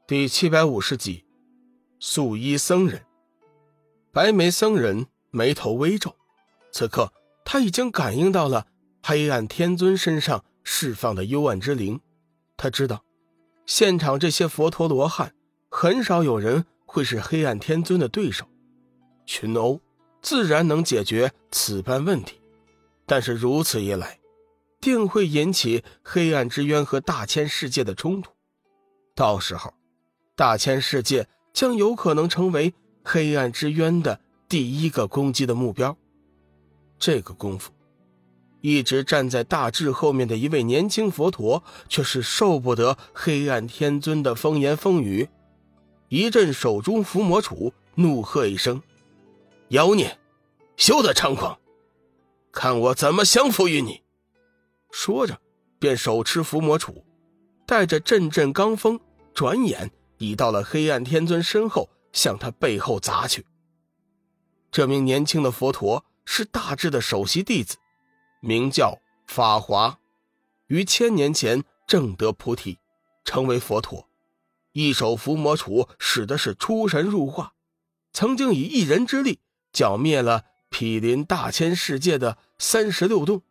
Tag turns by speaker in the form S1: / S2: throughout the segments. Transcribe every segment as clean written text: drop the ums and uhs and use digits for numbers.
S1: 第750集，素衣僧人。白眉僧人眉头微皱，此刻他已经感应到了黑暗天尊身上释放的幽暗之灵。他知道现场这些佛陀罗汉很少有人会是黑暗天尊的对手，群殴自然能解决此般问题，但是如此一来定会引起黑暗之渊和大千世界的冲突，到时候大千世界将有可能成为黑暗之渊的第一个攻击的目标。这个功夫，一直站在大智后面的一位年轻佛陀却是受不得黑暗天尊的风言风语，一阵手中伏魔杵，怒喝一声：妖孽，休得猖狂，看我怎么降服于你！说着便手持伏魔杵，带着阵阵罡风，转眼已到了黑暗天尊身后，向他背后砸去。这名年轻的佛陀是大智的首席弟子，名叫法华，于1000年前证得菩提，成为佛陀，一手伏魔杵使的是出神入化，曾经以一人之力剿灭了毗邻大千世界的36洞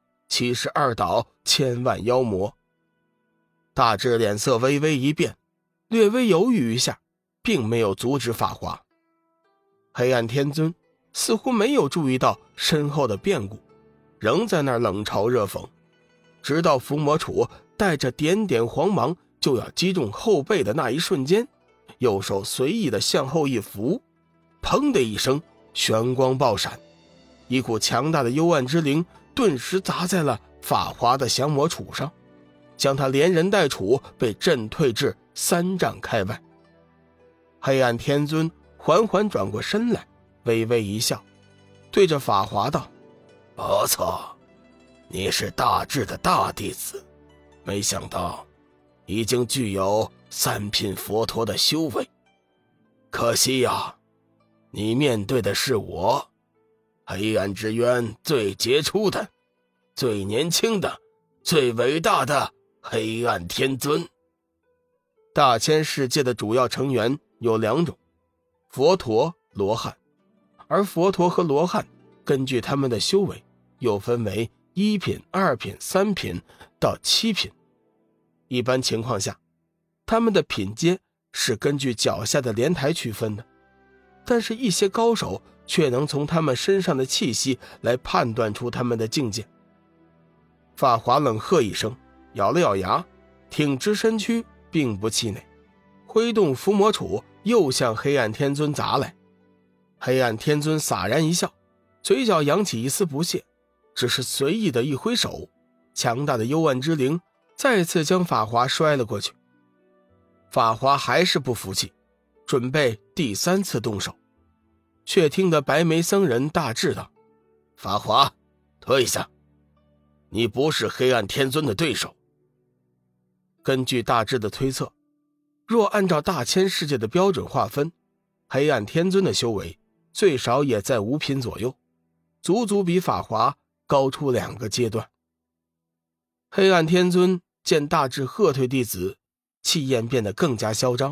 S1: 72岛千万妖魔。大智脸色微微一变，略微犹豫一下，并没有阻止法华。黑暗天尊似乎没有注意到身后的变故，仍在那儿冷嘲热讽，直到伏魔杵带着点点黄芒就要击中后背的那一瞬间，右手随意的向后一扶，砰的一声，玄光爆闪，一股强大的幽暗之灵顿时砸在了法华的降魔杵上，将他连人带杵被震退至3丈开外。黑暗天尊缓缓转过身来，微微一笑，对着法华道：不错，你是大智的大弟子，没想到已经具有3品佛陀的修为。可惜呀，你面对的是我，黑暗之渊最杰出的、最年轻的、最伟大的黑暗天尊。大千世界的主要成员有2种，佛陀、罗汉，而佛陀和罗汉根据他们的修为又分为1品、2品、3品到7品。一般情况下，他们的品阶是根据脚下的莲台区分的，但是一些高手却能从他们身上的气息来判断出他们的境界。法华冷喝一声，咬了咬牙，挺直身躯，并不气馁，挥动伏魔杵又向黑暗天尊砸来。黑暗天尊洒然一笑，嘴角扬起一丝不屑，只是随意的一挥手，强大的幽暗之灵再次将法华摔了过去。法华还是不服气，准备第3次动手，却听得白眉僧人大智道：法华，退下，你不是黑暗天尊的对手。根据大智的推测，若按照大千世界的标准划分，黑暗天尊的修为最少也在5品左右，足足比法华高出2个阶段。黑暗天尊见大智喝退弟子，气焰变得更加嚣张。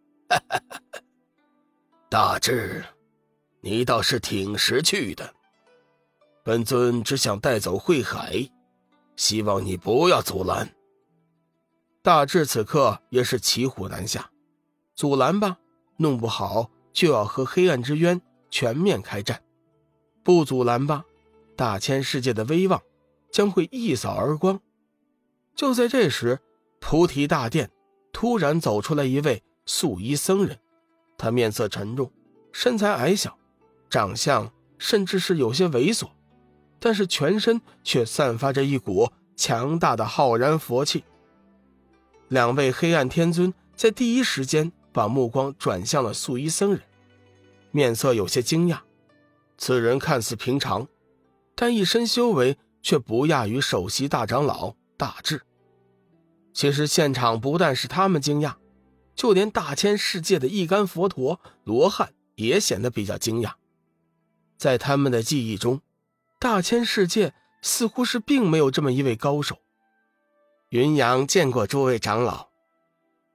S1: 大智，你倒是挺识趣的，本尊只想带走慧海，希望你不要阻拦。大智此刻也是骑虎难下，阻拦吧，弄不好就要和黑暗之渊全面开战；不阻拦吧，大千世界的威望将会一扫而光。就在这时，菩提大殿突然走出来一位素衣僧人，他面色沉重，身材矮小，长相甚至是有些猥琐，但是全身却散发着一股强大的浩然佛气。2位黑暗天尊在第一时间把目光转向了素衣僧人，面色有些惊讶。此人看似平常，但一身修为却不亚于首席大长老大智。其实现场不但是他们惊讶，就连大千世界的一干佛陀罗汉也显得比较惊讶。在他们的记忆中，大千世界似乎是并没有这么一位高手。云阳见过诸位长老。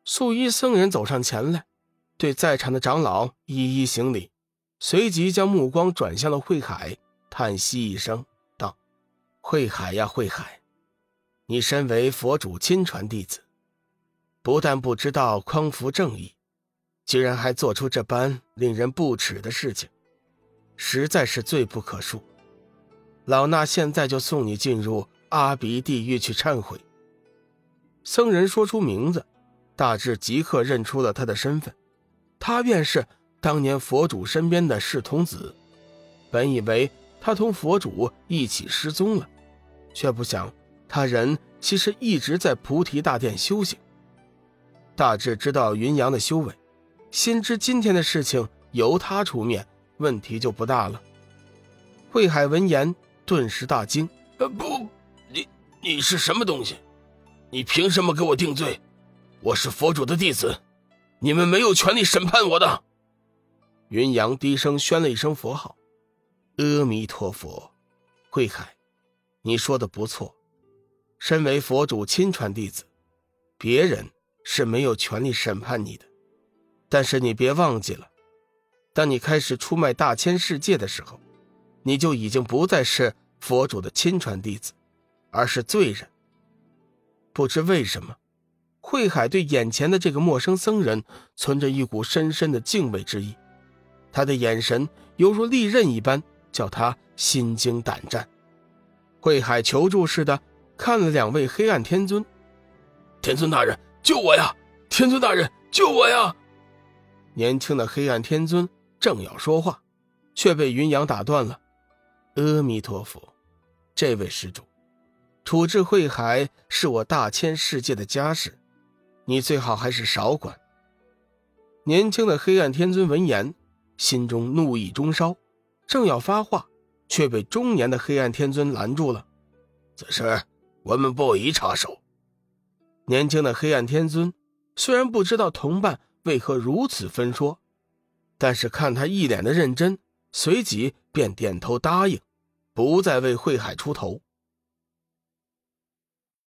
S1: 素衣僧人走上前来，对在场的长老一一行礼，随即将目光转向了慧海，叹息一声道：慧海呀慧海，你身为佛主亲传弟子，不但不知道匡扶正义，居然还做出这般令人不齿的事情，实在是罪不可恕。老衲现在就送你进入阿鼻地狱去忏悔。僧人说出名字，大智即刻认出了他的身份，他便是当年佛主身边的释童子。本以为他同佛主一起失踪了，却不想他人其实一直在菩提大殿修行。大智知道云阳的修为，心知今天的事情由他出面，问题就不大了。慧海闻言顿时大惊：不，你是什么东西？你凭什么给我定罪？我是佛主的弟子，你们没有权利审判我的。云阳低声宣了一声佛号：阿弥陀佛。慧海，你说的不错，身为佛主亲传弟子，别人是没有权利审判你的。但是你别忘记了，当你开始出卖大千世界的时候，你就已经不再是佛主的亲传弟子，而是罪人。不知为什么，慧海对眼前的这个陌生僧人存着一股深深的敬畏之意，他的眼神犹如利刃一般，叫他心惊胆战。慧海求助似的看了两位黑暗天尊：天尊大人，救我呀！天尊大人，救我呀！年轻的黑暗天尊正要说话，却被云阳打断了：阿弥陀佛，这位施主，处置慧海是我大千世界的家事，你最好还是少管。年轻的黑暗天尊闻言，心中怒意中烧，正要发话，却被中年的黑暗天尊拦住了：此事我们不宜插手。年轻的黑暗天尊虽然不知道同伴为何如此分说，但是看他一脸的认真，随即便点头答应，不再为慧海出头。